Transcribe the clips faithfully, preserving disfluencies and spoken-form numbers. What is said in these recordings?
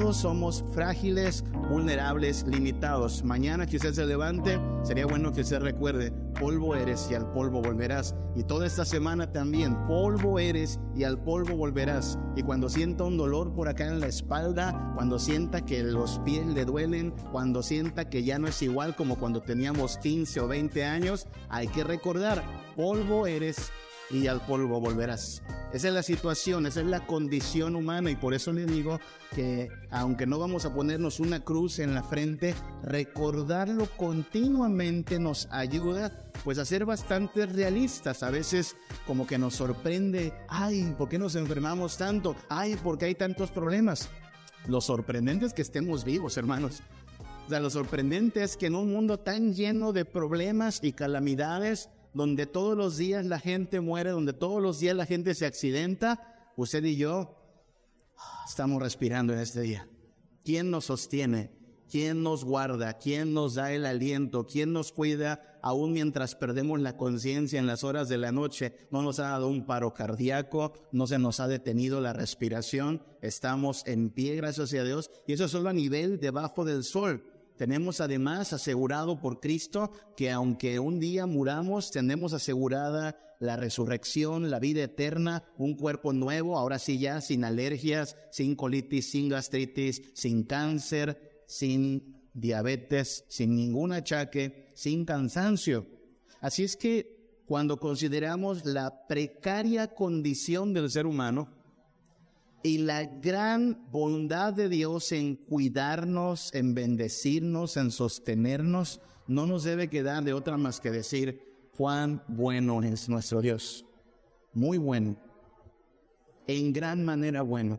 todos somos frágiles, vulnerables, limitados. Mañana que usted se levante, sería bueno que usted recuerde, polvo eres y al polvo volverás. Y toda esta semana también, polvo eres y al polvo volverás. Y cuando sienta un dolor por acá en la espalda, cuando sienta que los pies le duelen, cuando sienta que ya no es igual como cuando teníamos quince o veinte años, hay que recordar, polvo eres y al polvo volverás. Esa es la situación, esa es la condición humana, y por eso le digo que aunque no vamos a ponernos una cruz en la frente, recordarlo continuamente nos ayuda pues a ser bastante realistas. A veces como que nos sorprende, ay, ¿por qué nos enfermamos tanto? Ay, ¿por qué hay tantos problemas? Lo sorprendente es que estemos vivos, hermanos. O sea, lo sorprendente es que en un mundo tan lleno de problemas y calamidades, donde todos los días la gente muere, donde todos los días la gente se accidenta, usted y yo estamos respirando en este día. ¿Quién nos sostiene? ¿Quién nos guarda? ¿Quién nos da el aliento? ¿Quién nos cuida aún mientras perdemos la conciencia en las horas de la noche? No nos ha dado un paro cardíaco, no se nos ha detenido la respiración, estamos en pie, gracias a Dios, y eso es solo a nivel debajo del sol. Tenemos además asegurado por Cristo que aunque un día muramos, tenemos asegurada la resurrección, la vida eterna, un cuerpo nuevo, ahora sí ya sin alergias, sin colitis, sin gastritis, sin cáncer, sin diabetes, sin ningún achaque, sin cansancio. Así es que cuando consideramos la precaria condición del ser humano, y la gran bondad de Dios en cuidarnos, en bendecirnos, en sostenernos, no nos debe quedar de otra más que decir, cuán bueno es nuestro Dios. Muy bueno. En gran manera bueno.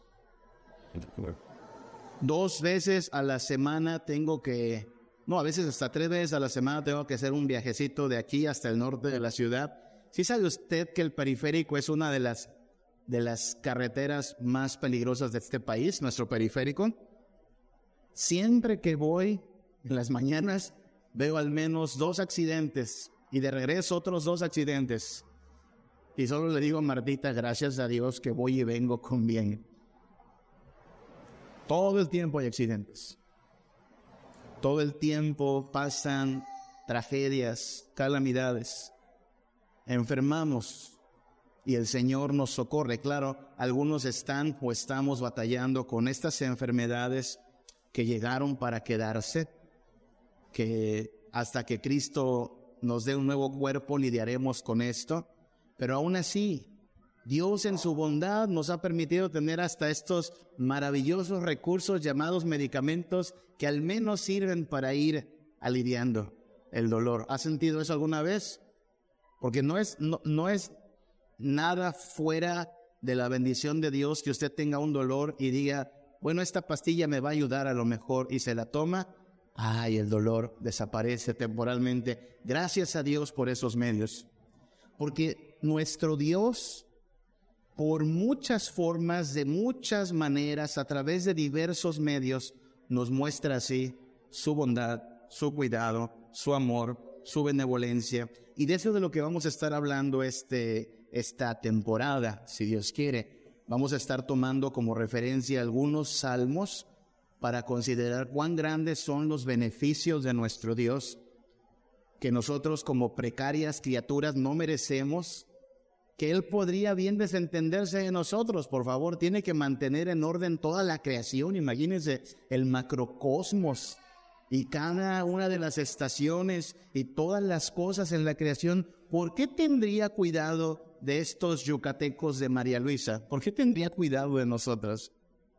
Dos veces a la semana tengo que, no, a veces hasta tres veces a la semana tengo que hacer un viajecito de aquí hasta el norte de la ciudad. ¿Sí sabe usted que el periférico es una de las de las carreteras más peligrosas de este país, nuestro periférico? Siempre que voy en las mañanas veo al menos dos accidentes y de regreso otros dos accidentes. Y solo le digo a Martita, gracias a Dios que voy y vengo con bien. Todo el tiempo hay accidentes. Todo el tiempo pasan tragedias, calamidades. Enfermamos. Y el Señor nos socorre. Claro, algunos están o estamos batallando con estas enfermedades que llegaron para quedarse, que hasta que Cristo nos dé un nuevo cuerpo lidiaremos con esto. Pero aún así, Dios en su bondad nos ha permitido tener hasta estos maravillosos recursos llamados medicamentos que al menos sirven para ir aliviando el dolor. ¿Ha sentido eso alguna vez? Porque no es, no, no es nada fuera de la bendición de Dios que usted tenga un dolor y diga, bueno, esta pastilla me va a ayudar a lo mejor, y se la toma, ay, el dolor desaparece temporalmente. Gracias a Dios por esos medios. Porque nuestro Dios, por muchas formas, de muchas maneras, a través de diversos medios, nos muestra así su bondad, su cuidado, su amor, su benevolencia. Y de eso es de lo que vamos a estar hablando este, esta temporada, si Dios quiere. Vamos a estar tomando como referencia algunos salmos para considerar cuán grandes son los beneficios de nuestro Dios, que nosotros como precarias criaturas no merecemos, que Él podría bien desentenderse de nosotros. Por favor, tiene que mantener en orden toda la creación. Imagínense el macrocosmos y cada una de las estaciones y todas las cosas en la creación. ¿Por qué tendría cuidado de estos yucatecos de María Luisa? ¿Por qué tendría cuidado de nosotros?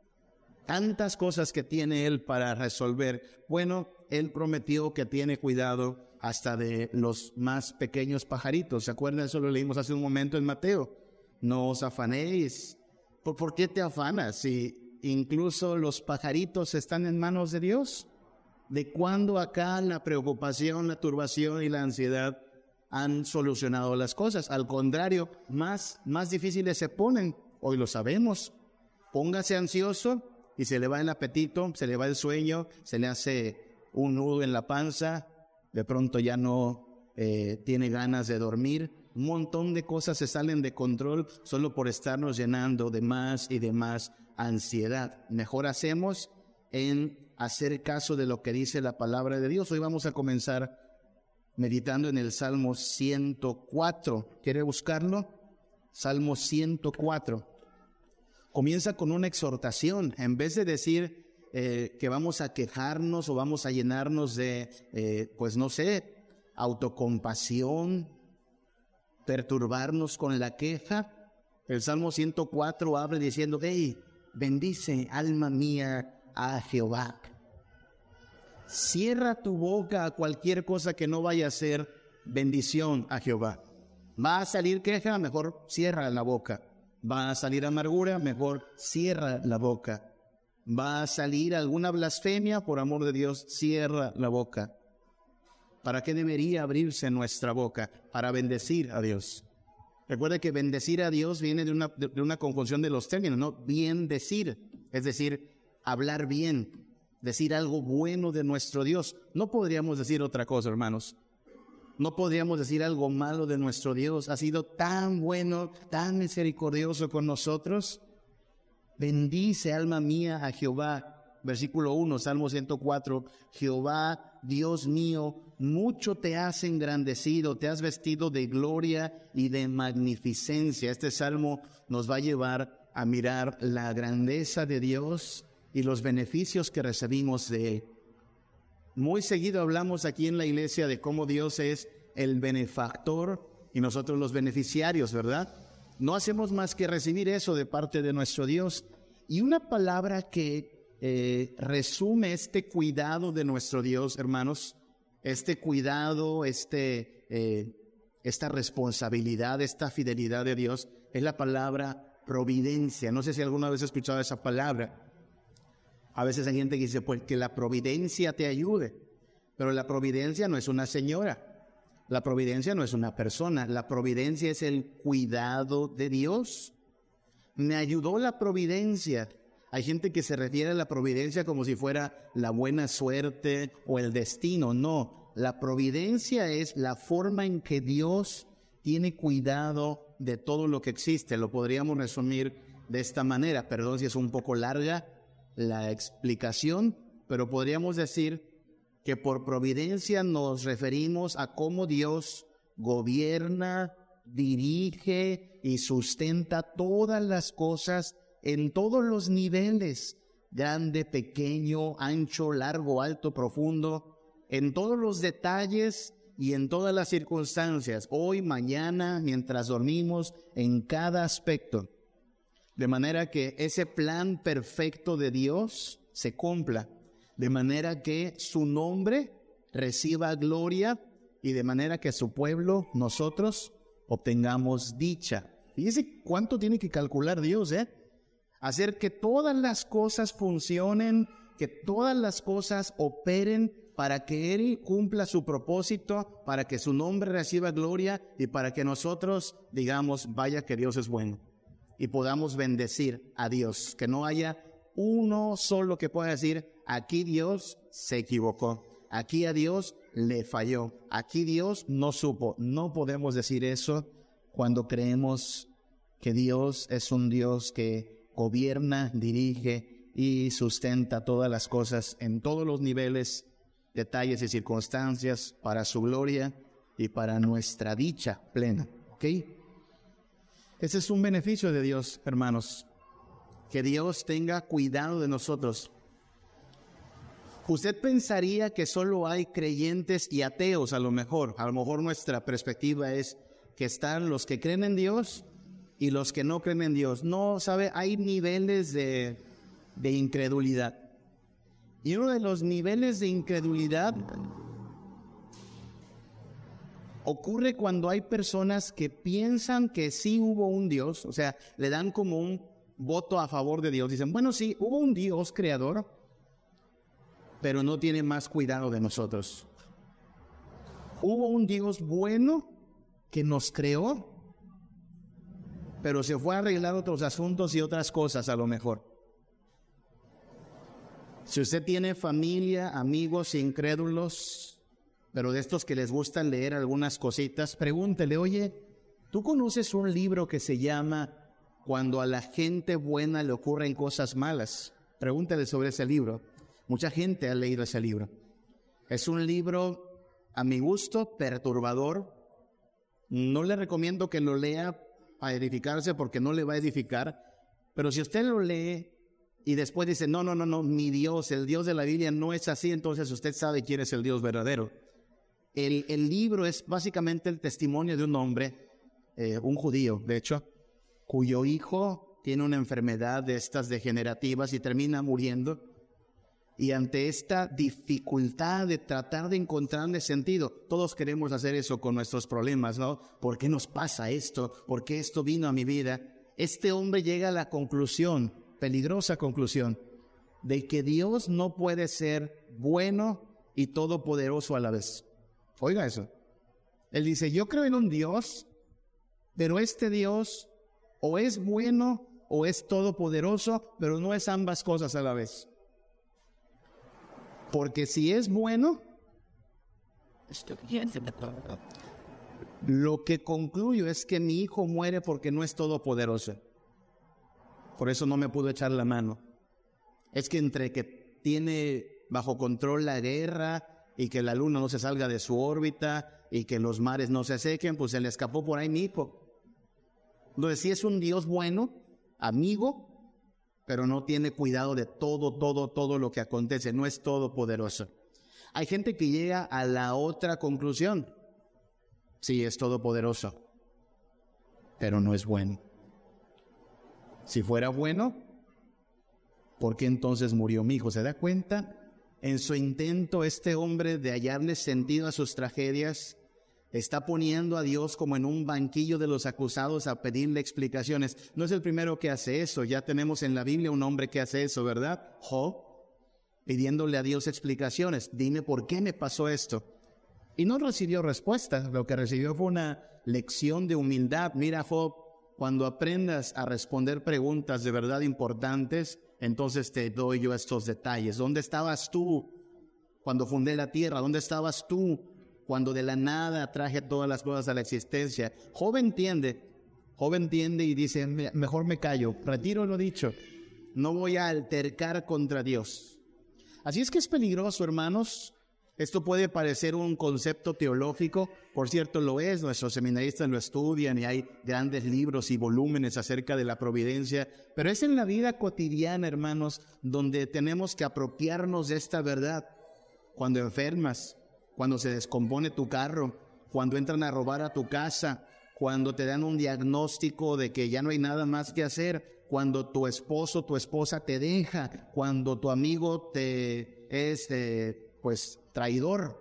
Tantas cosas que tiene Él para resolver. Bueno, Él prometió que tiene cuidado hasta de los más pequeños pajaritos. ¿Se acuerdan? Eso lo leímos hace un momento en Mateo. No os afanéis. ¿Por, por qué te afanas si incluso los pajaritos están en manos de Dios? ¿De cuándo acá la preocupación, la turbación y la ansiedad han solucionado las cosas? Al contrario, más, más difíciles se ponen. Hoy lo sabemos. Póngase ansioso y se le va el apetito, se le va el sueño, se le hace un nudo en la panza, de pronto ya no eh, tiene ganas de dormir. Un montón de cosas se salen de control solo por estarnos llenando de más y de más ansiedad. Mejor hacemos en hacer caso de lo que dice la palabra de Dios. Hoy vamos a comenzar meditando en el Salmo ciento cuatro. ¿Quiere buscarlo? Salmo ciento cuatro. Comienza con una exhortación. En vez de decir eh, que vamos a quejarnos o vamos a llenarnos de, eh, pues no sé, autocompasión, perturbarnos con la queja, el Salmo ciento cuatro abre diciendo: hey, bendice, alma mía, a Jehová. Cierra tu boca a cualquier cosa que no vaya a ser bendición a Jehová. Va a salir queja, mejor cierra la boca. Va a salir amargura, mejor cierra la boca. Va a salir alguna blasfemia, por amor de Dios, cierra la boca. ¿Para qué debería abrirse nuestra boca? Para bendecir a Dios. Recuerde que bendecir a Dios viene de una, de una conjunción de los términos, ¿no? Bien decir, es decir, hablar bien, decir algo bueno de nuestro Dios. No podríamos decir otra cosa, hermanos. No podríamos decir algo malo de nuestro Dios. Ha sido tan bueno, tan misericordioso con nosotros. Bendice, alma mía, a Jehová. Versículo uno, Salmo ciento cuatro. Jehová, Dios mío, mucho te has engrandecido, te has vestido de gloria y de magnificencia. Este salmo nos va a llevar a mirar la grandeza de Dios y los beneficios que recibimos de Él. Muy seguido hablamos aquí en la iglesia de cómo Dios es el benefactor y nosotros los beneficiarios, ¿verdad? No hacemos más que recibir eso de parte de nuestro Dios. Y una palabra que eh, resume este cuidado de nuestro Dios, hermanos, este cuidado, este, eh, esta responsabilidad, esta fidelidad de Dios, es la palabra providencia. No sé si alguna vez has escuchado esa palabra. A veces hay gente que dice, pues que la providencia te ayude. Pero la providencia no es una señora. La providencia no es una persona. La providencia es el cuidado de Dios. Me ayudó la providencia. Hay gente que se refiere a la providencia como si fuera la buena suerte o el destino. No, la providencia es la forma en que Dios tiene cuidado de todo lo que existe. Lo podríamos resumir de esta manera. Perdón si es un poco larga la explicación, pero podríamos decir que por providencia nos referimos a cómo Dios gobierna, dirige y sustenta todas las cosas en todos los niveles, grande, pequeño, ancho, largo, alto, profundo, en todos los detalles y en todas las circunstancias, hoy, mañana, mientras dormimos, en cada aspecto. De manera que ese plan perfecto de Dios se cumpla, de manera que su nombre reciba gloria y de manera que su pueblo, nosotros, obtengamos dicha. Fíjese cuánto tiene que calcular Dios, ¿eh? Hacer que todas las cosas funcionen, que todas las cosas operen para que Él cumpla su propósito, para que su nombre reciba gloria y para que nosotros digamos, vaya que Dios es bueno. Y podamos bendecir a Dios, que no haya uno solo que pueda decir, aquí Dios se equivocó, aquí a Dios le falló, aquí Dios no supo. No podemos decir eso cuando creemos que Dios es un Dios que gobierna, dirige y sustenta todas las cosas en todos los niveles, detalles y circunstancias para su gloria y para nuestra dicha plena. ¿Ok? Ese es un beneficio de Dios, hermanos, que Dios tenga cuidado de nosotros. Usted pensaría que solo hay creyentes y ateos, a lo mejor. A lo mejor nuestra perspectiva es que están los que creen en Dios y los que no creen en Dios. No, ¿sabe? Hay niveles de, de incredulidad. Y uno de los niveles de incredulidad ocurre cuando hay personas que piensan que sí hubo un Dios, o sea, le dan como un voto a favor de Dios. Dicen, bueno, sí, hubo un Dios creador, pero no tiene más cuidado de nosotros. Hubo un Dios bueno que nos creó, pero se fue a arreglar otros asuntos y otras cosas a lo mejor. Si usted tiene familia, amigos incrédulos, pero de estos que les gusta leer algunas cositas, pregúntele, oye, ¿tú conoces un libro que se llama cuando a la gente buena le ocurren cosas malas. Pregúntale sobre ese libro. Mucha gente ha leído ese libro. Es un libro, a mi gusto, perturbador. No le recomiendo que lo lea a edificarse porque no le va a edificar. Pero si usted lo lee y después dice, no, no, no, no, mi Dios, el Dios de la Biblia no es así, entonces usted sabe quién es el Dios verdadero. El, el libro es básicamente el testimonio de un hombre, eh, un judío, de hecho, cuyo hijo tiene una enfermedad de estas degenerativas y termina muriendo. Y ante esta dificultad de tratar de encontrarle sentido, todos queremos hacer eso con nuestros problemas, ¿no? ¿Por qué nos pasa esto? ¿Por qué esto vino a mi vida? Este hombre llega a la conclusión, peligrosa conclusión, de que Dios no puede ser bueno y todopoderoso a la vez. Oiga eso. Él dice, yo creo en un Dios, pero este Dios o es bueno o es todopoderoso, pero no es ambas cosas a la vez. Porque si es bueno, lo que concluyo es que mi hijo muere porque no es todopoderoso. Por eso no me pudo echar la mano. Es que entre que tiene bajo control la guerra y que la luna no se salga de su órbita y que los mares no se sequen, pues se le escapó por ahí mi hijo. Entonces, sí es un Dios bueno, amigo, pero no tiene cuidado de todo, todo, todo lo que acontece. No es todopoderoso. Hay gente que llega a la otra conclusión. Sí, es todopoderoso, pero no es bueno. Si fuera bueno, ¿por qué entonces murió mi hijo? ¿Se da cuenta? En su intento, este hombre de hallarle sentido a sus tragedias, está poniendo a Dios como en un banquillo de los acusados a pedirle explicaciones. No es el primero que hace eso. Ya tenemos en la Biblia un hombre que hace eso, ¿verdad? Job, pidiéndole a Dios explicaciones. Dime por qué me pasó esto. Y no recibió respuesta. Lo que recibió fue una lección de humildad. Mira, Job, cuando aprendas a responder preguntas de verdad importantes, entonces te doy yo estos detalles. ¿Dónde estabas tú cuando fundé la tierra? ¿Dónde estabas tú cuando de la nada traje todas las cosas a la existencia? Job entiende, Job entiende y dice, mejor me callo, retiro lo dicho, no voy a altercar contra Dios. Así es que es peligroso, hermanos. Esto puede parecer un concepto teológico, por cierto lo es, nuestros seminaristas lo estudian y hay grandes libros y volúmenes acerca de la providencia, pero es en la vida cotidiana, hermanos, donde tenemos que apropiarnos de esta verdad. Cuando enfermas, cuando se descompone tu carro, cuando entran a robar a tu casa, cuando te dan un diagnóstico de que ya no hay nada más que hacer, cuando tu esposo, tu esposa te deja, cuando tu amigo te es, eh, pues, traidor.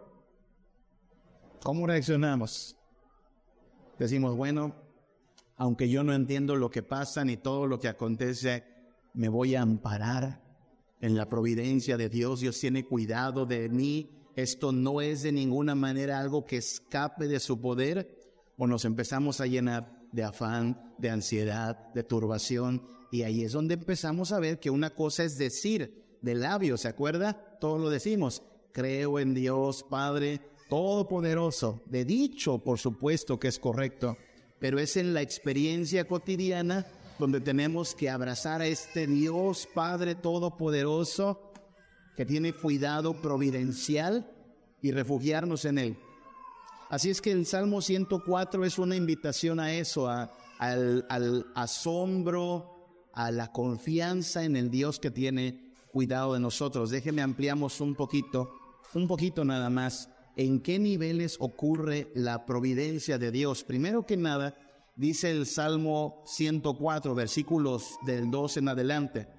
¿Cómo reaccionamos? Decimos, bueno, aunque yo no entiendo lo que pasa ni todo lo que acontece, me voy a amparar en la providencia de Dios. Dios tiene cuidado de mí. Esto no es de ninguna manera algo que escape de su poder. O nos empezamos a llenar de afán, de ansiedad, de turbación. Y ahí es donde empezamos a ver que una cosa es decir de labios, ¿se acuerda? Todos lo decimos. Creo en Dios Padre Todopoderoso. De dicho, por supuesto que es correcto. Pero es en la experiencia cotidiana donde tenemos que abrazar a este Dios Padre Todopoderoso que tiene cuidado providencial y refugiarnos en Él. Así es que el Salmo ciento cuatro es una invitación a eso, a, al, al asombro, a la confianza en el Dios que tiene cuidado de nosotros. Déjenme ampliamos un poquito, un poquito nada más, en qué niveles ocurre la providencia de Dios. Primero que nada, dice el Salmo ciento cuatro, versículos del dos en adelante.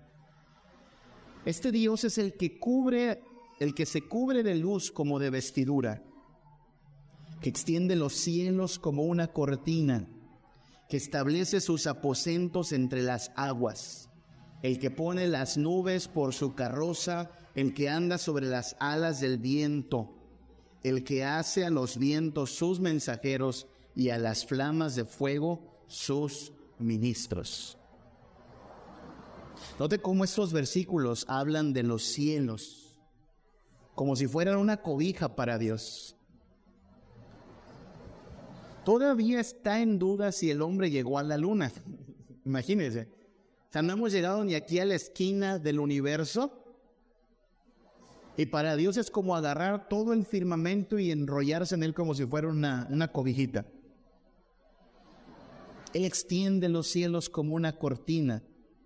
Este Dios es el que cubre, el que se cubre de luz como de vestidura, que extiende los cielos como una cortina, que establece sus aposentos entre las aguas, el que pone las nubes por su carroza, el que anda sobre las alas del viento, el que hace a los vientos sus mensajeros y a las flamas de fuego sus ministros. Note cómo estos versículos hablan de los cielos, como si fueran una cobija para Dios. Todavía está en duda si el hombre llegó a la luna. Imagínense. O sea, no hemos llegado ni aquí a la esquina del universo. Y para Dios es como agarrar todo el firmamento y enrollarse en él como si fuera una, una cobijita. Él extiende los cielos como una cortina.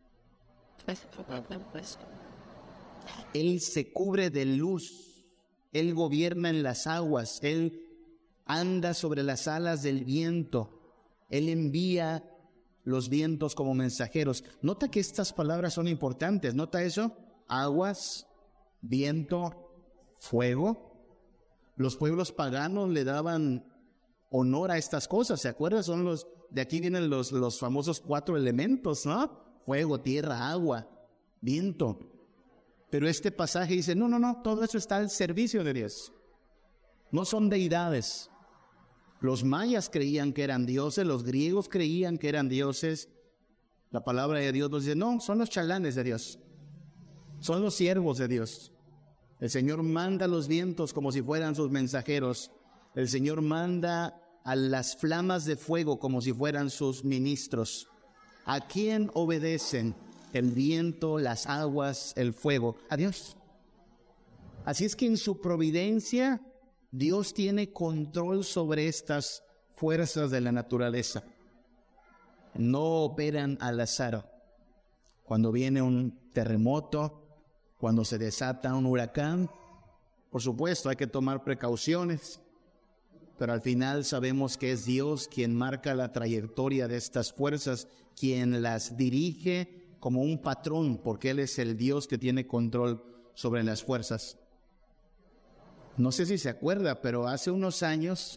Él se cubre de luz. Él gobierna en las aguas. Él anda sobre las alas del viento. Él envía los vientos como mensajeros. Nota que estas palabras son importantes. ¿Nota eso? Aguas, viento, fuego. Los pueblos paganos le daban honor a estas cosas. ¿Se acuerdan? Son los, de aquí vienen los, los famosos cuatro elementos, ¿no? Fuego, tierra, agua, viento. Pero este pasaje dice, no, no, no, todo eso está al servicio de Dios. No son deidades. Los mayas creían que eran dioses, los griegos creían que eran dioses. La palabra de Dios nos dice, no, son los chalanes de Dios. Son los siervos de Dios. El Señor manda los vientos como si fueran sus mensajeros. El Señor manda a las flamas de fuego como si fueran sus ministros. ¿A quién obedecen el viento, las aguas, el fuego? A Dios. Así es que en su providencia, Dios tiene control sobre estas fuerzas de la naturaleza. No operan al azar. Cuando viene un terremoto, cuando se desata un huracán, por supuesto hay que tomar precauciones, pero al final sabemos que es Dios quien marca la trayectoria de estas fuerzas, quien las dirige como un patrón, porque Él es el Dios que tiene control sobre las fuerzas. No sé si se acuerda, pero hace unos años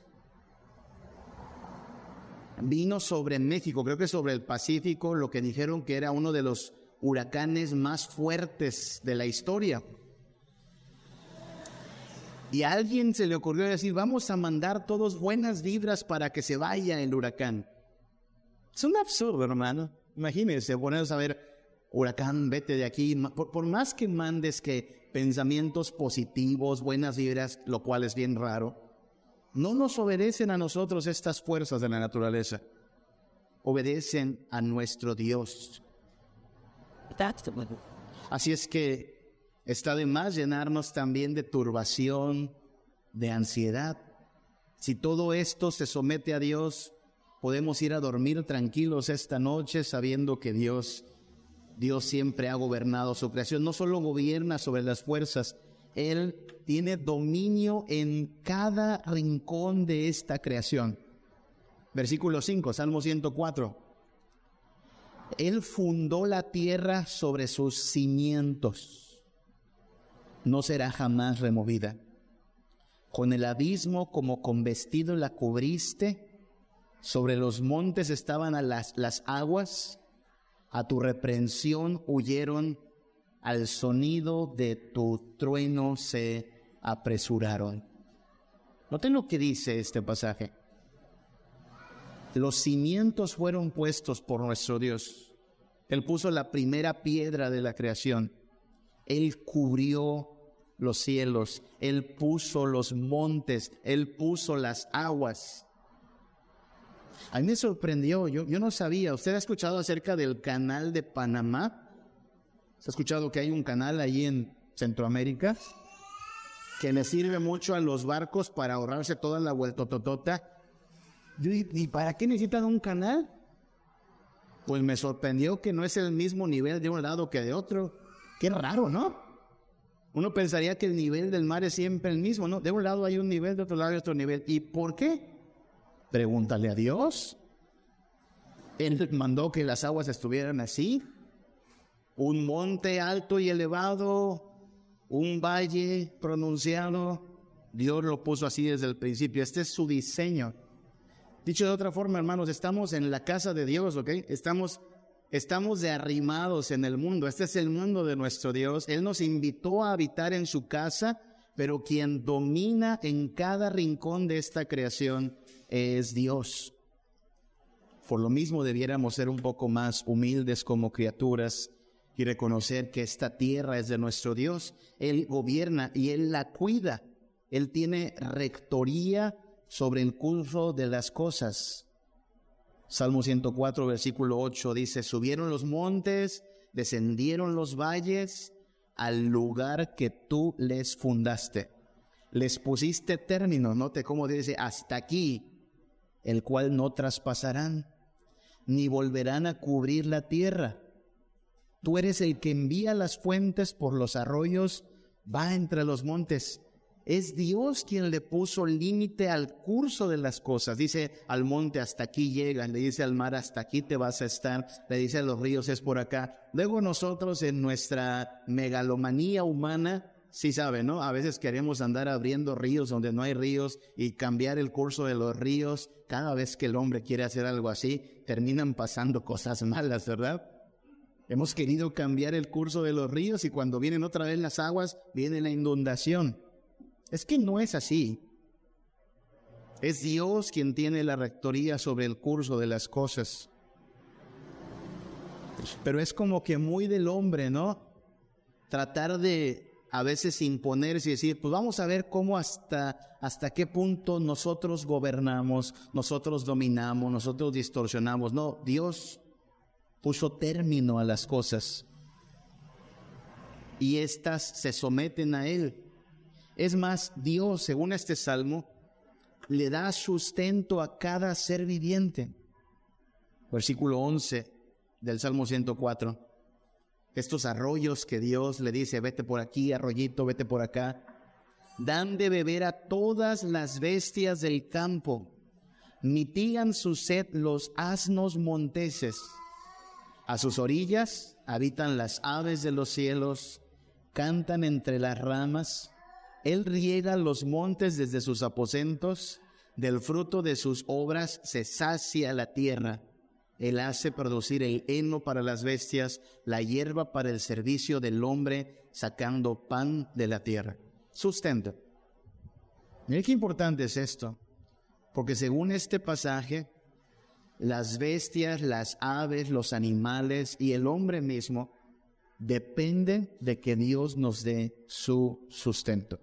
vino sobre México, creo que sobre el Pacífico, lo que dijeron que era uno de los huracanes más fuertes de la historia. Y a alguien se le ocurrió decir, vamos a mandar todos buenas vibras para que se vaya el huracán. Es un absurdo, hermano. Imagínense, ponerse a ver, huracán, vete de aquí. Por, por más que mandes que pensamientos positivos, buenas vibras, lo cual es bien raro, no nos obedecen a nosotros estas fuerzas de la naturaleza. Obedecen a nuestro Dios. Así es que está de más llenarnos también de turbación, de ansiedad. Si todo esto se somete a Dios, podemos ir a dormir tranquilos esta noche sabiendo que Dios, Dios siempre ha gobernado su creación. No solo gobierna sobre las fuerzas, Él tiene dominio en cada rincón de esta creación. Versículo cinco, Salmo ciento cuatro. Él fundó la tierra sobre sus cimientos. No será jamás removida. Con el abismo como con vestido la cubriste. Sobre los montes estaban a las, las aguas. A tu reprensión huyeron. Al sonido de tu trueno se apresuraron. Noten lo que dice este pasaje. Los cimientos fueron puestos por nuestro Dios. Él puso la primera piedra de la creación. Él cubrió los cielos. Él puso los montes. Él puso las aguas. A mí me sorprendió. Yo, yo no sabía. ¿Usted ha escuchado acerca del canal de Panamá? ¿Se ha escuchado que hay un canal ahí en Centroamérica que le sirve mucho a los barcos para ahorrarse toda la vueltototota? ¿Y para qué necesitan un canal? Pues me sorprendió que no es el mismo nivel de un lado que de otro. Qué raro, ¿no? Uno pensaría que el nivel del mar es siempre el mismo, ¿no? De un lado hay un nivel, de otro lado hay otro nivel. ¿Y por qué? Pregúntale a Dios. Él mandó que las aguas estuvieran así. Un monte alto y elevado, un valle pronunciado. Dios lo puso así desde el principio. Este es su diseño. Dicho de otra forma, hermanos, estamos en la casa de Dios, ¿ok? Estamos, estamos de arrimados en el mundo. Este es el mundo de nuestro Dios. Él nos invitó a habitar en su casa, pero quien domina en cada rincón de esta creación es Dios. Por lo mismo debiéramos ser un poco más humildes como criaturas y reconocer que esta tierra es de nuestro Dios. Él gobierna y Él la cuida. Él tiene rectoría sobre el curso de las cosas. Salmo ciento cuatro, versículo ocho dice, subieron los montes, descendieron los valles, al lugar que tú les fundaste. Les pusiste término, note cómo dice, hasta aquí, el cual no traspasarán, ni volverán a cubrir la tierra. Tú eres el que envía las fuentes por los arroyos, va entre los montes. Es Dios quien le puso límite al curso de las cosas. Dice al monte, hasta aquí llegas. Le dice al mar, hasta aquí te vas a estar. Le dice a los ríos, es por acá. Luego nosotros en nuestra megalomanía humana, sí saben, ¿no? A veces queremos andar abriendo ríos donde no hay ríos y cambiar el curso de los ríos. Cada vez que el hombre quiere hacer algo así, terminan pasando cosas malas, ¿verdad? Hemos querido cambiar el curso de los ríos y cuando vienen otra vez las aguas, viene la inundación. Es que no es así. Es Dios quien tiene la rectoría sobre el curso de las cosas. Pero es como que muy del hombre, ¿no? Tratar de a veces imponerse y decir, pues vamos a ver cómo hasta, hasta qué punto nosotros gobernamos, nosotros dominamos, nosotros distorsionamos. No, Dios puso término a las cosas y éstas se someten a Él. Es más, Dios, según este salmo, le da sustento a cada ser viviente. Versículo once del Salmo ciento cuatro. Estos arroyos que Dios le dice, vete por aquí, arroyito, vete por acá, dan de beber a todas las bestias del campo, mitigan su sed los asnos monteses. A sus orillas habitan las aves de los cielos, cantan entre las ramas. Él riega los montes desde sus aposentos, del fruto de sus obras se sacia la tierra. Él hace producir el heno para las bestias, la hierba para el servicio del hombre, sacando pan de la tierra. Sustento. Miren qué importante es esto, porque según este pasaje, las bestias, las aves, los animales y el hombre mismo dependen de que Dios nos dé su sustento.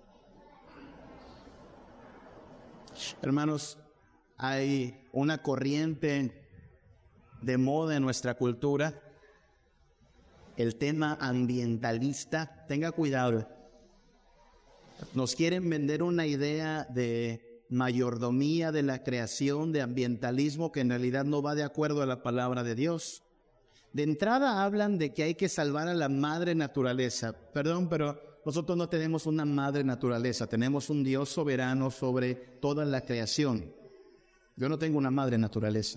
Hermanos, hay una corriente de moda en nuestra cultura, el tema ambientalista. Tenga cuidado. Nos quieren vender una idea de mayordomía de la creación, de ambientalismo, que en realidad no va de acuerdo a la palabra de Dios. De entrada hablan de que hay que salvar a la madre naturaleza. Perdón, pero nosotros no tenemos una madre naturaleza, tenemos un Dios soberano sobre toda la creación. Yo no tengo una madre naturaleza.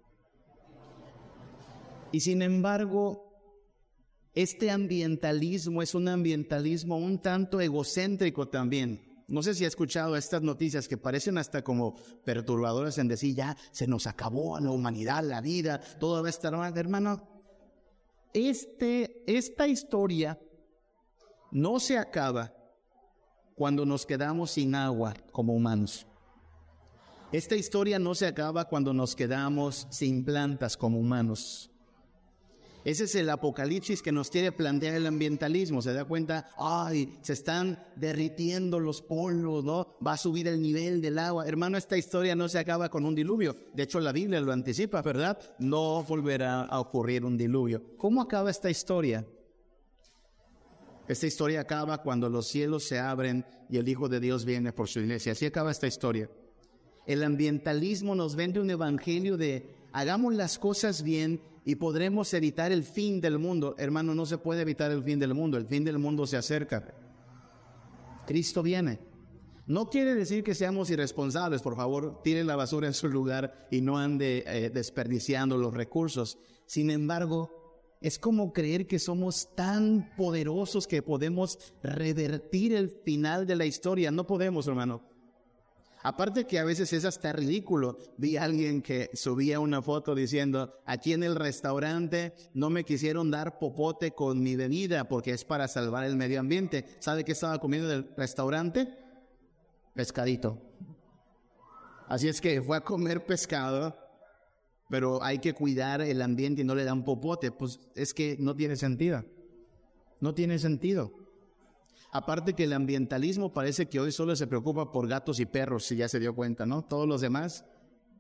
Y sin embargo, este ambientalismo es un ambientalismo un tanto egocéntrico también. No sé si ha escuchado estas noticias que parecen hasta como perturbadoras en decir, ya se nos acabó a la humanidad, la vida, todo va a estar mal. Hermano, este, esta historia no se acaba cuando nos quedamos sin agua como humanos. Esta historia no se acaba cuando nos quedamos sin plantas como humanos. Ese es el apocalipsis que nos quiere plantear el ambientalismo. Se da cuenta, ay, se están derritiendo los polos, ¿no? Va a subir el nivel del agua. Hermano, esta historia no se acaba con un diluvio. De hecho, la Biblia lo anticipa, ¿verdad? No volverá a ocurrir un diluvio. ¿Cómo acaba esta historia? Esta historia acaba cuando los cielos se abren y el Hijo de Dios viene por su iglesia. Así acaba esta historia. El ambientalismo nos vende un evangelio de hagamos las cosas bien y podremos evitar el fin del mundo. Hermano, no se puede evitar el fin del mundo. El fin del mundo se acerca. Cristo viene. No quiere decir que seamos irresponsables. Por favor, tire la basura en su lugar y no ande eh, desperdiciando los recursos. Sin embargo, es como creer que somos tan poderosos que podemos revertir el final de la historia. No podemos, hermano. Aparte que a veces es hasta ridículo. Vi a alguien que subía una foto diciendo, aquí en el restaurante no me quisieron dar popote con mi bebida porque es para salvar el medio ambiente. ¿Sabe qué estaba comiendo del restaurante? Pescadito. Así es que fue a comer pescado, pero hay que cuidar el ambiente y no le dan popote. Pues es que no tiene sentido. No tiene sentido. Aparte que el ambientalismo parece que hoy solo se preocupa por gatos y perros, si ya se dio cuenta, ¿no? Todos los demás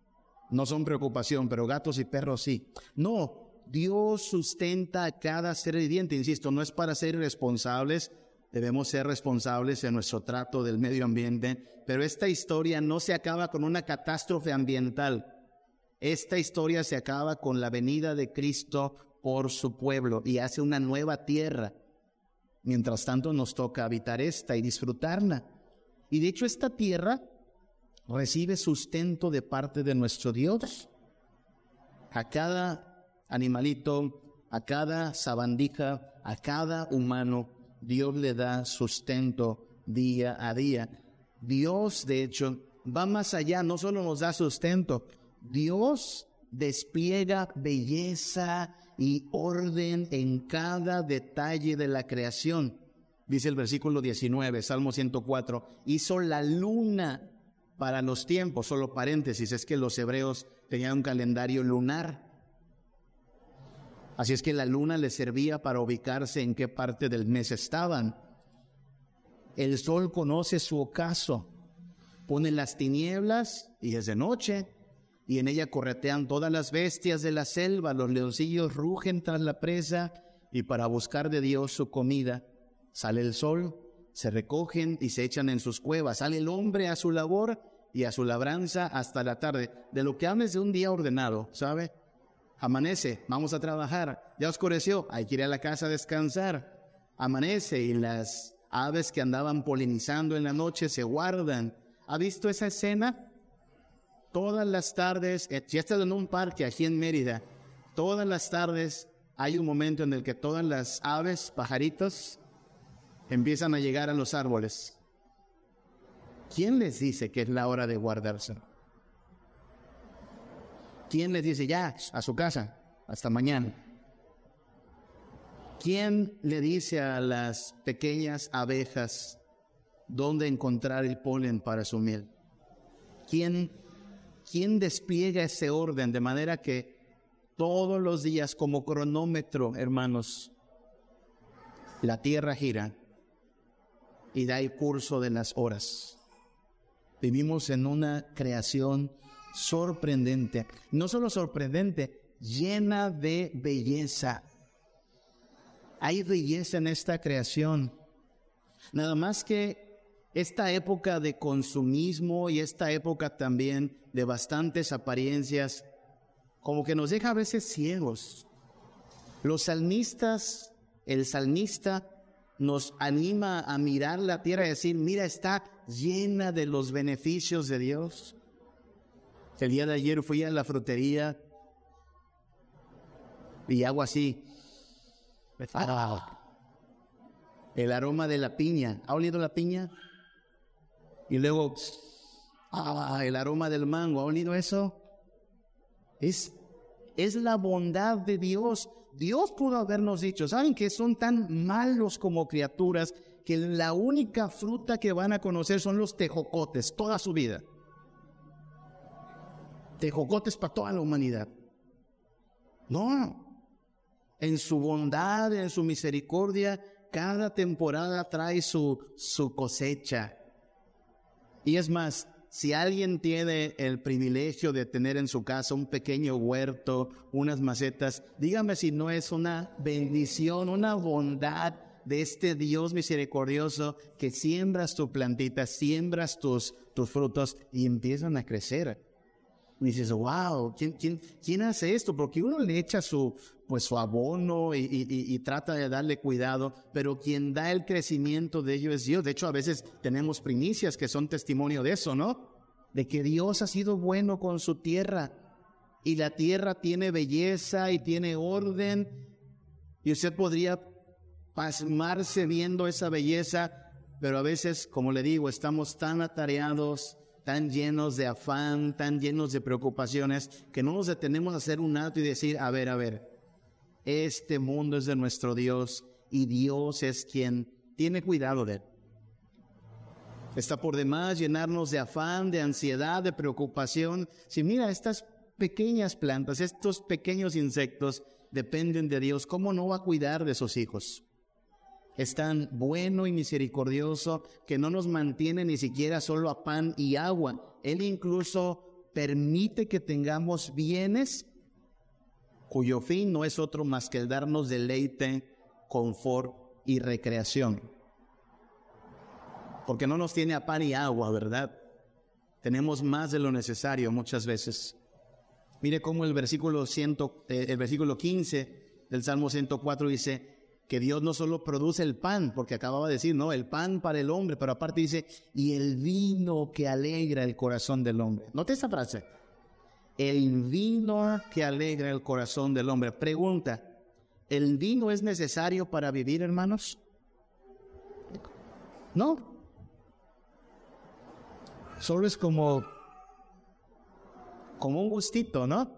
no son preocupación, pero gatos y perros sí. No, Dios sustenta a cada ser viviente. Insisto, no es para ser irresponsables, debemos ser responsables en nuestro trato del medio ambiente, pero esta historia no se acaba con una catástrofe ambiental. Esta historia se acaba con la venida de Cristo por su pueblo y hace una nueva tierra. Mientras tanto nos toca habitar esta y disfrutarla. Y de hecho esta tierra recibe sustento de parte de nuestro Dios. A cada animalito, a cada sabandija, a cada humano, Dios le da sustento día a día. Dios, de hecho, va más allá, no solo nos da sustento, Dios despliega belleza y orden en cada detalle de la creación. Dice el versículo diecinueve, Salmo ciento cuatro, hizo la luna para los tiempos, solo paréntesis, es que los hebreos tenían un calendario lunar. Así es que la luna les servía para ubicarse en qué parte del mes estaban. El sol conoce su ocaso, pone las tinieblas y es de noche, y en ella corretean todas las bestias de la selva, los leoncillos rugen tras la presa, y para buscar de Dios su comida, sale el sol, se recogen y se echan en sus cuevas, sale el hombre a su labor y a su labranza hasta la tarde. De lo que hables de un día ordenado, ¿sabe? Amanece, vamos a trabajar, ya oscureció, hay que ir a la casa a descansar. Amanece y las aves que andaban polinizando en la noche se guardan. ¿Ha visto esa escena? Todas las tardes, si estás en un parque aquí en Mérida, todas las tardes hay un momento en el que todas las aves, pajaritos, empiezan a llegar a los árboles. ¿Quién les dice que es la hora de guardarse? ¿Quién les dice ya a su casa, hasta mañana? ¿Quién le dice a las pequeñas abejas dónde encontrar el polen para su miel? ¿Quién, quién despliega ese orden de manera que todos los días como cronómetro, hermanos, la tierra gira y da el curso de las horas? Vivimos en una creación sorprendente, no solo sorprendente, llena de belleza. Hay belleza en esta creación. Nada más que esta época de consumismo y esta época también de bastantes apariencias, como que nos deja a veces ciegos. Los salmistas, el salmista nos anima a mirar la tierra y decir, mira, está llena de los beneficios de Dios. El día de ayer fui a la frutería y hago así. Ah, el aroma de la piña. ¿Ha olido la piña? Y luego, ah, el aroma del mango. ¿Ha olido eso? Es, es la bondad de Dios. Dios pudo habernos dicho, ¿saben que son tan malos como criaturas que la única fruta que van a conocer son los tejocotes toda su vida? Tejocotes para toda la humanidad. No. En su bondad, en su misericordia, cada temporada trae su, su cosecha. Y es más, si alguien tiene el privilegio de tener en su casa un pequeño huerto, unas macetas, dígame si no es una bendición, una bondad de este Dios misericordioso que siembras tu plantita, siembras tus, tus frutos y empiezan a crecer. Y dices, wow, ¿quién, quién, ¿quién hace esto? Porque uno le echa su, pues, su abono y, y, y, y trata de darle cuidado, pero quien da el crecimiento de ello es Dios. De hecho, a veces tenemos primicias que son testimonio de eso, ¿no? De que Dios ha sido bueno con su tierra y la tierra tiene belleza y tiene orden. Y usted podría pasmarse viendo esa belleza, pero a veces, como le digo, estamos tan atareados, tan llenos de afán, tan llenos de preocupaciones, que no nos detenemos a hacer un acto y decir, a ver, a ver, este mundo es de nuestro Dios y Dios es quien tiene cuidado de él. Está por demás llenarnos de afán, de ansiedad, de preocupación. Si mira, estas pequeñas plantas, estos pequeños insectos dependen de Dios, ¿cómo no va a cuidar de sus hijos? Es tan bueno y misericordioso que no nos mantiene ni siquiera solo a pan y agua. Él incluso permite que tengamos bienes cuyo fin no es otro más que el darnos deleite, confort y recreación. Porque no nos tiene a pan y agua, ¿verdad? Tenemos más de lo necesario muchas veces. Mire cómo el versículo, cien, eh, el versículo quince del Salmo ciento cuatro dice que Dios no solo produce el pan, porque acababa de decir, no, el pan para el hombre, pero aparte dice, y el vino que alegra el corazón del hombre. Note esa frase. El vino que alegra el corazón del hombre. Pregunta, ¿el vino es necesario para vivir, hermanos? No. Solo es como, como un gustito, ¿no?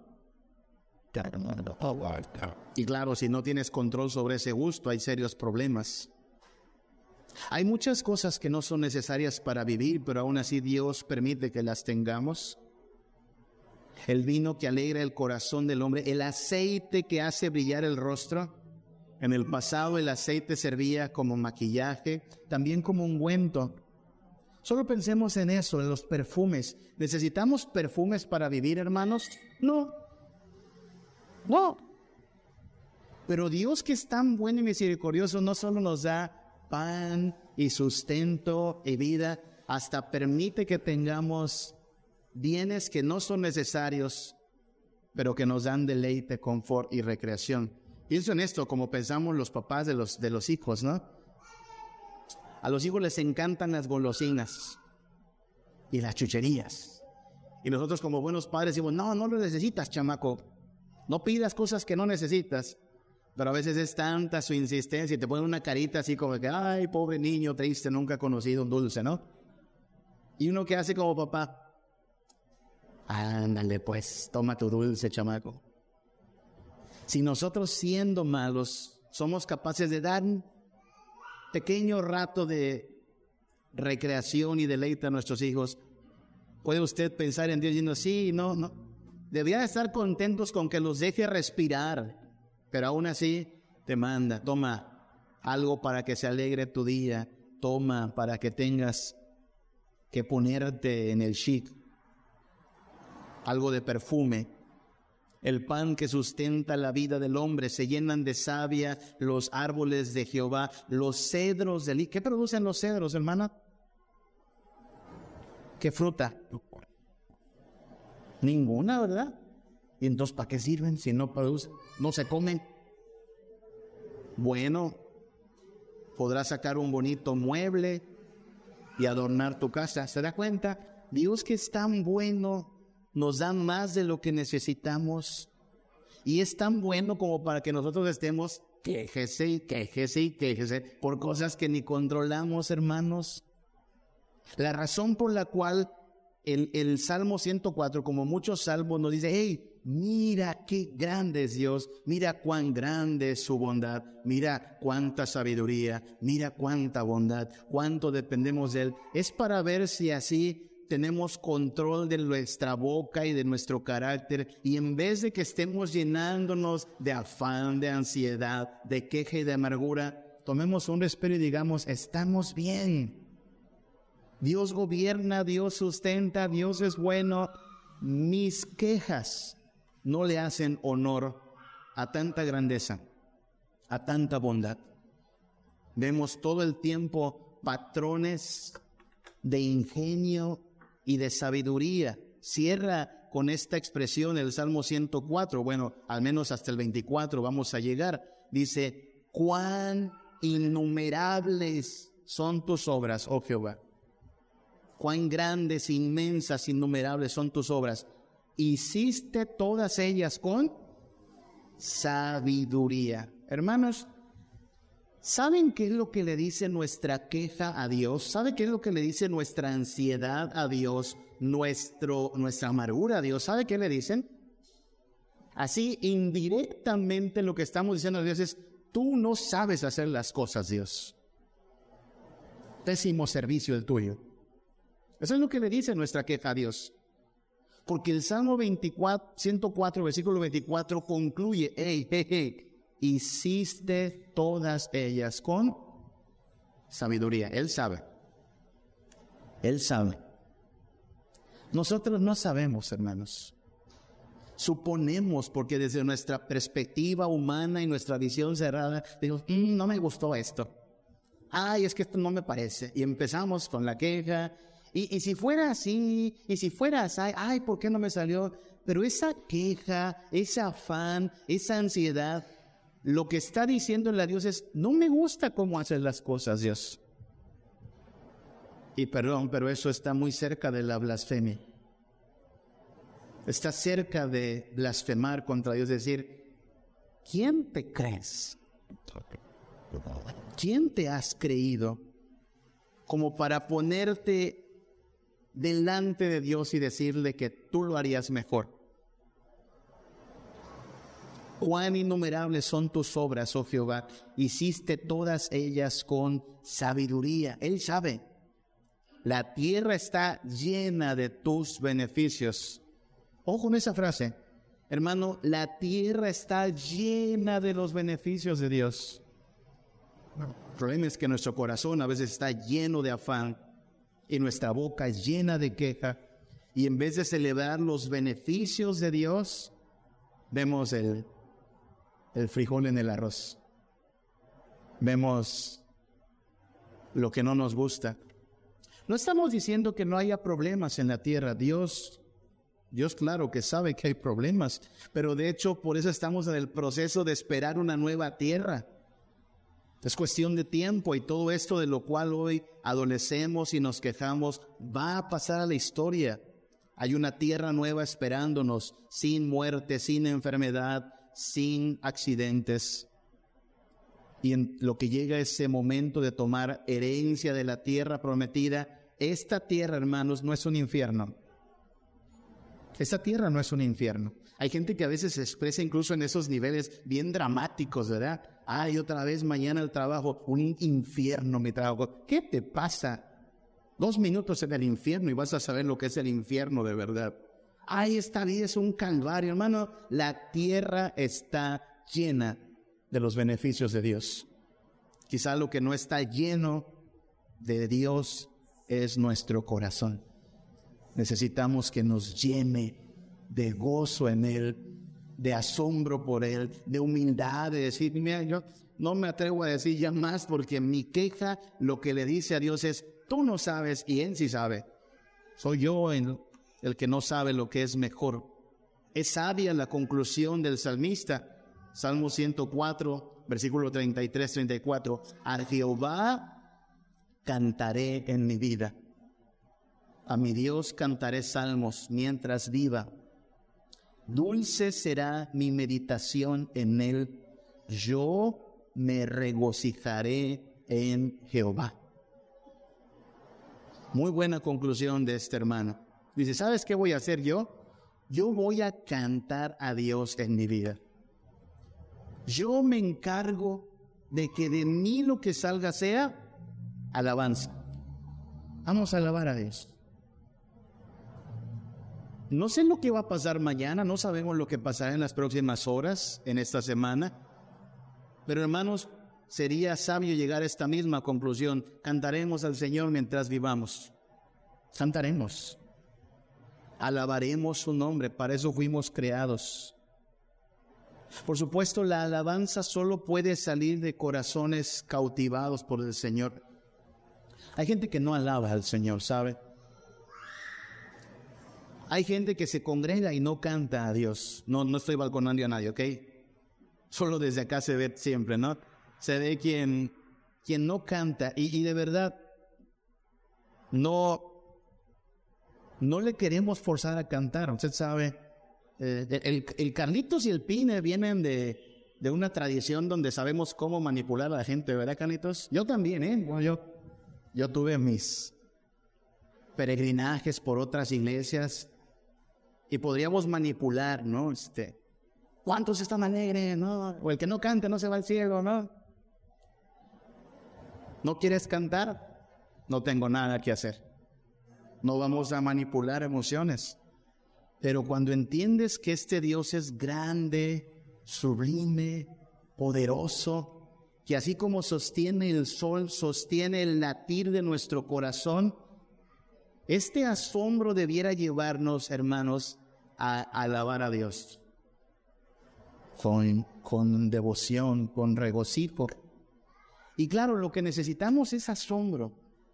Y claro, si no tienes control sobre ese gusto, hay serios problemas. Hay muchas cosas que no son necesarias para vivir, pero aún así Dios permite que las tengamos. El vino que alegra el corazón del hombre, el aceite que hace brillar el rostro. En el pasado el aceite servía como maquillaje, también como ungüento. Solo pensemos en eso, en los perfumes. ¿Necesitamos perfumes para vivir, hermanos? No. No. Pero Dios, que es tan bueno y misericordioso, no solo nos da pan y sustento y vida, hasta permite que tengamos bienes que no son necesarios, pero que nos dan deleite, confort y recreación. Pienso en esto como pensamos los papás de los, de los hijos, ¿no? A los hijos les encantan las golosinas y las chucherías. Y nosotros como buenos padres decimos, no, no lo necesitas, chamaco. No pidas cosas que no necesitas. Pero a veces es tanta su insistencia y te ponen una carita así como que, ay, pobre niño triste, nunca ha conocido un dulce, ¿no? Y uno que hace como papá, ándale pues, toma tu dulce, chamaco. Si nosotros siendo malos somos capaces de dar un pequeño rato de recreación y deleite a nuestros hijos, puede usted pensar en Dios diciendo, sí, no, no, deberían estar contentos con que los deje respirar, pero aún así te manda, toma algo para que se alegre tu día, toma para que tengas que ponerte en el chic, algo de perfume. El pan que sustenta la vida del hombre, se llenan de savia los árboles de Jehová, los cedros del... ¿Qué producen los cedros, hermana? ¿Qué fruta? Ninguna, ¿verdad? ¿Y entonces para qué sirven si no producen? ¿No se comen? Bueno, podrás sacar un bonito mueble y adornar tu casa. ¿Se da cuenta? Dios, que es tan bueno, nos da más de lo que necesitamos. Y es tan bueno como para que nosotros estemos quéjese y quéjese y quéjese por cosas que ni controlamos, hermanos. La razón por la cual el, el Salmo ciento cuatro, como muchos salmos, nos dice, hey, mira qué grande es Dios, mira cuán grande es su bondad, mira cuánta sabiduría, mira cuánta bondad, cuánto dependemos de Él. Es para ver si así tenemos control de nuestra boca y de nuestro carácter, y en vez de que estemos llenándonos de afán, de ansiedad, de queja y de amargura, tomemos un respiro y digamos, estamos bien. Dios gobierna, Dios sustenta, Dios es bueno. Mis quejas no le hacen honor a tanta grandeza, a tanta bondad. Vemos todo el tiempo patrones de ingenio y de sabiduría. Cierra con esta expresión el Salmo ciento cuatro, bueno, al menos hasta el veinticuatro vamos a llegar. Dice, cuán innumerables son tus obras, oh Jehová. Cuán grandes, inmensas, innumerables son tus obras. Hiciste todas ellas con sabiduría. Hermanos, ¿saben qué es lo que le dice nuestra queja a Dios? ¿Sabe qué es lo que le dice nuestra ansiedad a Dios? Nuestro, nuestra amargura a Dios. ¿Sabe qué le dicen? Así, indirectamente lo que estamos diciendo a Dios es, tú no sabes hacer las cosas, Dios. Pésimo servicio el tuyo. Eso es lo que le dice nuestra queja a Dios. Porque el Salmo veinticuatro, ciento cuatro, versículo veinticuatro concluye, hey, hey, hey, hiciste todas ellas con sabiduría. Él sabe. Él sabe. Nosotros no sabemos, hermanos. Suponemos, porque desde nuestra perspectiva humana y nuestra visión cerrada, digo, mm, no me gustó esto. Ay, es que esto no me parece. Y empezamos con la queja. Y, y si fuera así, y si fuera así, ay, ¿por qué no me salió? Pero esa queja, ese afán, esa ansiedad, lo que está diciéndole a Dios es, no me gusta cómo haces las cosas, Dios. Y perdón, pero eso está muy cerca de la blasfemia. Está cerca de blasfemar contra Dios, decir, ¿quién te crees? ¿Quién te has creído como para ponerte delante de Dios y decirle que tú lo harías mejor? Cuán innumerables son tus obras, oh Jehová, hiciste todas ellas con sabiduría. Él sabe, la tierra está llena de tus beneficios. Ojo con esa frase, hermano, la tierra está llena de los beneficios de Dios. El problema es que nuestro corazón a veces está lleno de afán y nuestra boca es llena de queja, y en vez de celebrar los beneficios de Dios, vemos el, el frijol en el arroz. Vemos lo que no nos gusta. No estamos diciendo que no haya problemas en la tierra. Dios, Dios claro que sabe que hay problemas, pero de hecho por eso estamos en el proceso de esperar una nueva tierra. Es cuestión de tiempo, y todo esto de lo cual hoy adolecemos y nos quejamos va a pasar a la historia. Hay una tierra nueva esperándonos, sin muerte, sin enfermedad, sin accidentes. Y en lo que llega ese momento de tomar herencia de la tierra prometida, esta tierra, hermanos, no es un infierno. Esta tierra no es un infierno. Hay gente que a veces se expresa incluso en esos niveles bien dramáticos, ¿verdad? Ay, otra vez mañana el trabajo, un infierno mi trabajo. ¿Qué te pasa? Dos minutos en el infierno y vas a saber lo que es el infierno de verdad. Ay, esta vida es un calvario, hermano. La tierra está llena de los beneficios de Dios. Quizá lo que no está lleno de Dios es nuestro corazón. Necesitamos que nos llene de gozo en Él, de asombro por Él, de humildad, de decir, mira, yo no me atrevo a decir ya más, porque mi queja lo que le dice a Dios es, tú no sabes y Él sí sabe. Soy yo el, el que no sabe lo que es mejor. Es sabia la conclusión del salmista. Salmo ciento cuatro, versículo treinta y tres, treinta y cuatro. A Jehová cantaré en mi vida. A mi Dios cantaré salmos mientras viva. Dulce será mi meditación en Él. Yo me regocijaré en Jehová. Muy buena conclusión de este hermano. Dice, ¿sabes qué voy a hacer yo? Yo voy a cantar a Dios en mi vida. Yo me encargo de que de mí lo que salga sea alabanza. Vamos a alabar a Dios. No sé lo que va a pasar mañana, no sabemos lo que pasará en las próximas horas, en esta semana. Pero hermanos, sería sabio llegar a esta misma conclusión. Cantaremos al Señor mientras vivamos. Cantaremos. Alabaremos su nombre, para eso fuimos creados. Por supuesto, la alabanza solo puede salir de corazones cautivados por el Señor. Hay gente que no alaba al Señor, ¿sabe? Hay gente que se congrega y no canta a Dios. No, no estoy balconando a nadie, ¿ok? Solo desde acá se ve siempre, ¿no? Se ve quien, quien no canta. Y, y de verdad, no, no le queremos forzar a cantar. Usted sabe, eh, el, el Carlitos y el Pine vienen de, de una tradición donde sabemos cómo manipular a la gente, ¿verdad, Carlitos? Yo también, ¿eh? Bueno, yo, yo tuve mis peregrinajes por otras iglesias. Y podríamos manipular, ¿no? Este, ¿cuántos están alegres, no? O el que no cante no se va al cielo, ¿no? ¿No quieres cantar? No tengo nada que hacer. No vamos a manipular emociones. Pero cuando entiendes que este Dios es grande, sublime, poderoso, que así como sostiene el sol, sostiene el latir de nuestro corazón, Este asombro debiera llevarnos, hermanos, a alabar a Dios con, con devoción, con regocijo. Y claro, lo que necesitamos es asombro.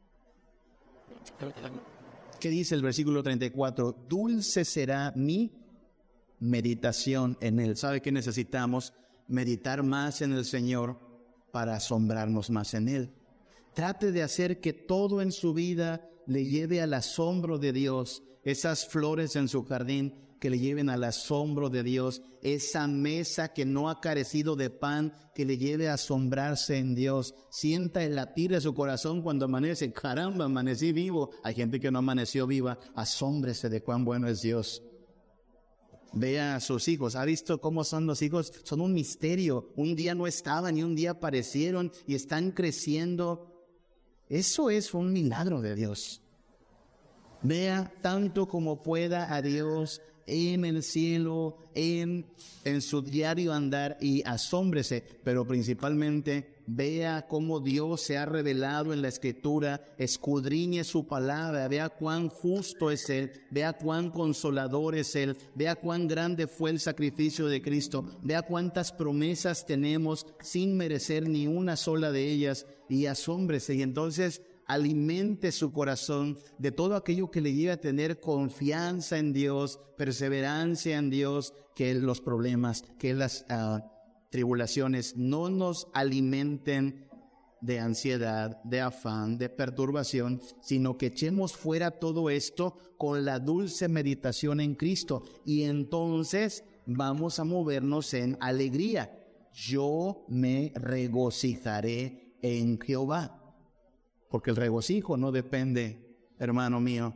¿Qué dice el versículo treinta y cuatro? Dulce será mi meditación en Él. ¿Sabe qué necesitamos? Meditar más en el Señor para asombrarnos más en Él. Trate de hacer que todo en su vida le lleve al asombro de Dios. Esas flores en su jardín que le lleven al asombro de Dios. Esa mesa que no ha carecido de pan, que le lleve a asombrarse en Dios. Sienta el latir de su corazón cuando amanece. Caramba, amanecí vivo. Hay gente que no amaneció viva. Asómbrese de cuán bueno es Dios. Vea a sus hijos. ¿Ha visto cómo son los hijos? Son un misterio. Un día no estaban y un día aparecieron y están creciendo. Eso es un milagro de Dios. Vea tanto como pueda a Dios en el cielo, en, en su diario andar, y asómbrese, pero principalmente vea cómo Dios se ha revelado en la Escritura, escudriñe su palabra, vea cuán justo es Él, vea cuán consolador es Él, vea cuán grande fue el sacrificio de Cristo, vea cuántas promesas tenemos sin merecer ni una sola de ellas, y asómbrese, y entonces alimente su corazón de todo aquello que le lleve a tener confianza en Dios, perseverancia en Dios, que los problemas, que las uh, tribulaciones no nos alimenten de ansiedad, de afán, de perturbación, sino que echemos fuera todo esto con la dulce meditación en Cristo, y entonces vamos a movernos en alegría. Yo me regocijaré en Jehová. Porque el regocijo no depende, hermano mío,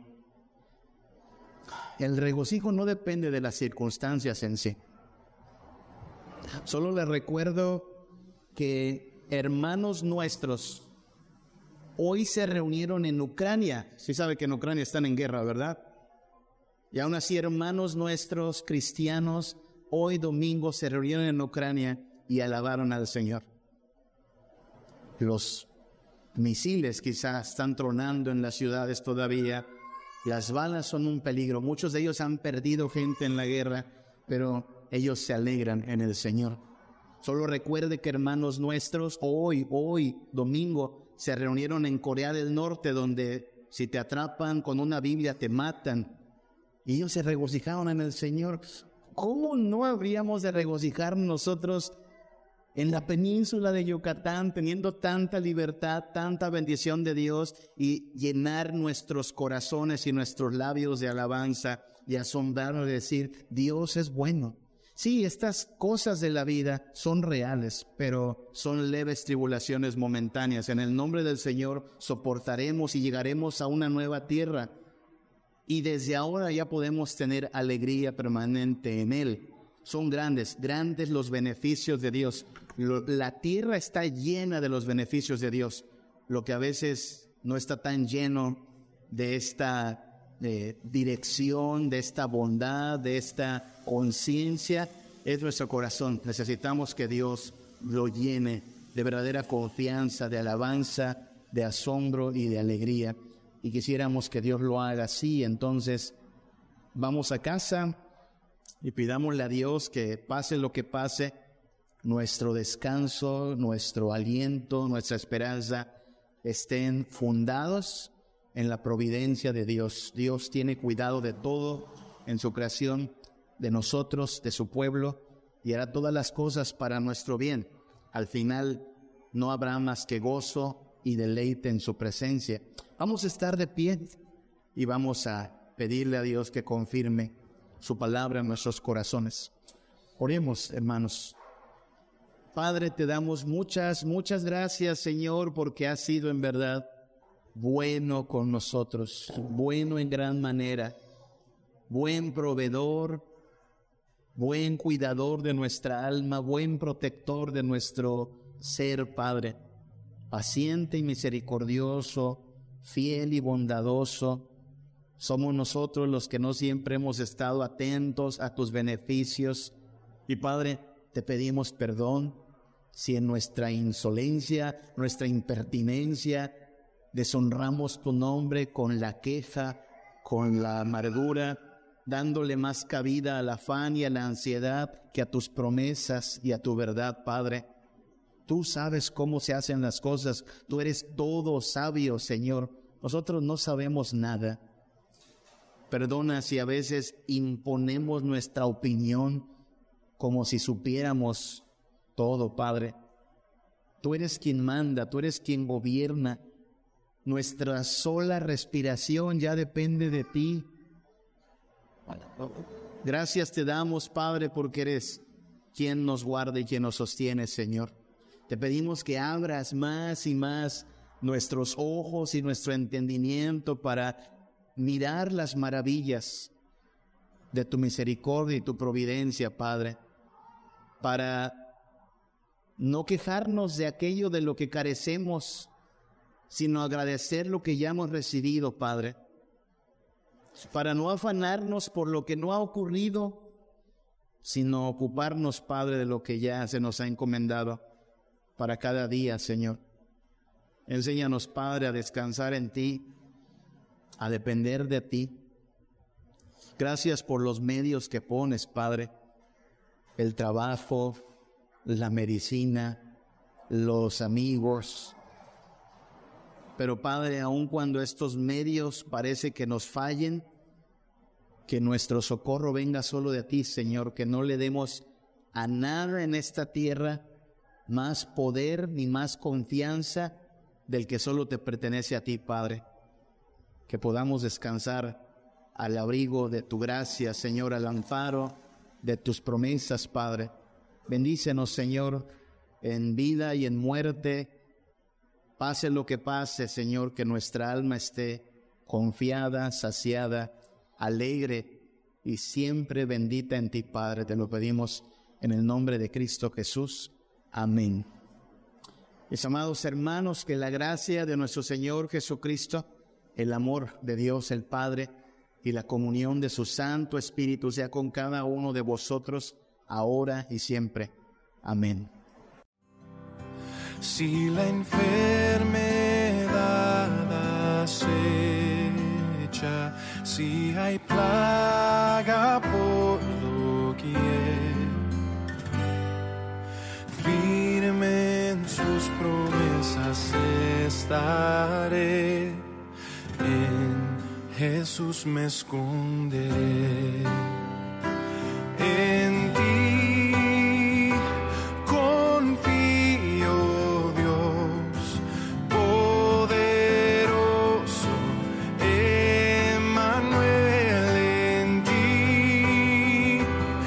el regocijo no depende de las circunstancias en sí. Solo les recuerdo que hermanos nuestros hoy se reunieron en Ucrania. Sí sabe que en Ucrania están en guerra, ¿verdad? Y aún así, hermanos nuestros cristianos hoy domingo se reunieron en Ucrania y alabaron al Señor. Los misiles quizás están tronando en las ciudades todavía. Las balas son un peligro. Muchos de ellos han perdido gente en la guerra, pero ellos se alegran en el Señor. Solo recuerde que hermanos nuestros hoy, hoy, domingo, se reunieron en Corea del Norte, donde si te atrapan con una Biblia te matan. Y ellos se regocijaron en el Señor. ¿Cómo no habríamos de regocijar nosotros en la península de Yucatán, teniendo tanta libertad, tanta bendición de Dios, y llenar nuestros corazones y nuestros labios de alabanza y asombrarnos de decir, Dios es bueno? Sí, estas cosas de la vida son reales, pero son leves tribulaciones momentáneas. En el nombre del Señor soportaremos y llegaremos a una nueva tierra. Y desde ahora ya podemos tener alegría permanente en Él. Son grandes, grandes los beneficios de Dios. La tierra está llena de los beneficios de Dios. Lo que a veces no está tan lleno de esta eh, dirección, de esta bondad, de esta conciencia, es nuestro corazón. Necesitamos que Dios lo llene de verdadera confianza, de alabanza, de asombro y de alegría. Y quisiéramos que Dios lo haga así. Entonces, vamos a casa y pidámosle a Dios que pase lo que pase, nuestro descanso, nuestro aliento, nuestra esperanza estén fundados en la providencia de Dios. Dios tiene cuidado de todo en su creación, de nosotros, de su pueblo, y hará todas las cosas para nuestro bien. Al final no habrá más que gozo y deleite en su presencia. Vamos a estar de pie y vamos a pedirle a Dios que confirme su palabra en nuestros corazones. Oremos, hermanos. Padre, te damos muchas, muchas gracias, Señor, porque has sido en verdad bueno con nosotros, bueno en gran manera, buen proveedor, buen cuidador de nuestra alma, buen protector de nuestro ser, Padre, paciente y misericordioso, fiel y bondadoso. Somos nosotros los que no siempre hemos estado atentos a tus beneficios. Y Padre, te pedimos perdón si en nuestra insolencia, nuestra impertinencia, deshonramos tu nombre con la queja, con la amargura, dándole más cabida al afán y a la ansiedad que a tus promesas y a tu verdad, Padre. Tú sabes cómo se hacen las cosas. Tú eres todo sabio, Señor. Nosotros no sabemos nada. Perdona si a veces imponemos nuestra opinión como si supiéramos todo, Padre. Tú eres quien manda, tú eres quien gobierna. Nuestra sola respiración ya depende de ti. Gracias te damos, Padre, porque eres quien nos guarda y quien nos sostiene, Señor. Te pedimos que abras más y más nuestros ojos y nuestro entendimiento para mirar las maravillas de tu misericordia y tu providencia, Padre, para no quejarnos de aquello de lo que carecemos, sino agradecer lo que ya hemos recibido, Padre, para no afanarnos por lo que no ha ocurrido, sino ocuparnos, Padre, de lo que ya se nos ha encomendado para cada día, Señor. Enséñanos, Padre, a descansar en ti, a depender de ti. Gracias por los medios que pones, Padre, el trabajo, la medicina, los amigos. Pero, Padre, aun cuando estos medios parece que nos fallen, que nuestro socorro venga solo de ti, Señor, que no le demos a nada en esta tierra más poder ni más confianza del que solo te pertenece a ti, Padre. Que podamos descansar al abrigo de tu gracia, Señor, al amparo de tus promesas, Padre. Bendícenos, Señor, en vida y en muerte. Pase lo que pase, Señor, que nuestra alma esté confiada, saciada, alegre y siempre bendita en ti, Padre. Te lo pedimos en el nombre de Cristo Jesús. Amén. Mis amados hermanos, que la gracia de nuestro Señor Jesucristo, el amor de Dios el Padre y la comunión de su Santo Espíritu sea con cada uno de vosotros, ahora y siempre. Amén. Si la enfermedad acecha, si hay plaga por doquier, firme en sus promesas estaré, en Jesús me esconderé. En ti confío, Dios poderoso, Emmanuel, en ti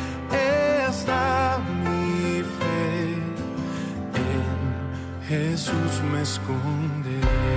está mi fe, en Jesús me esconderé.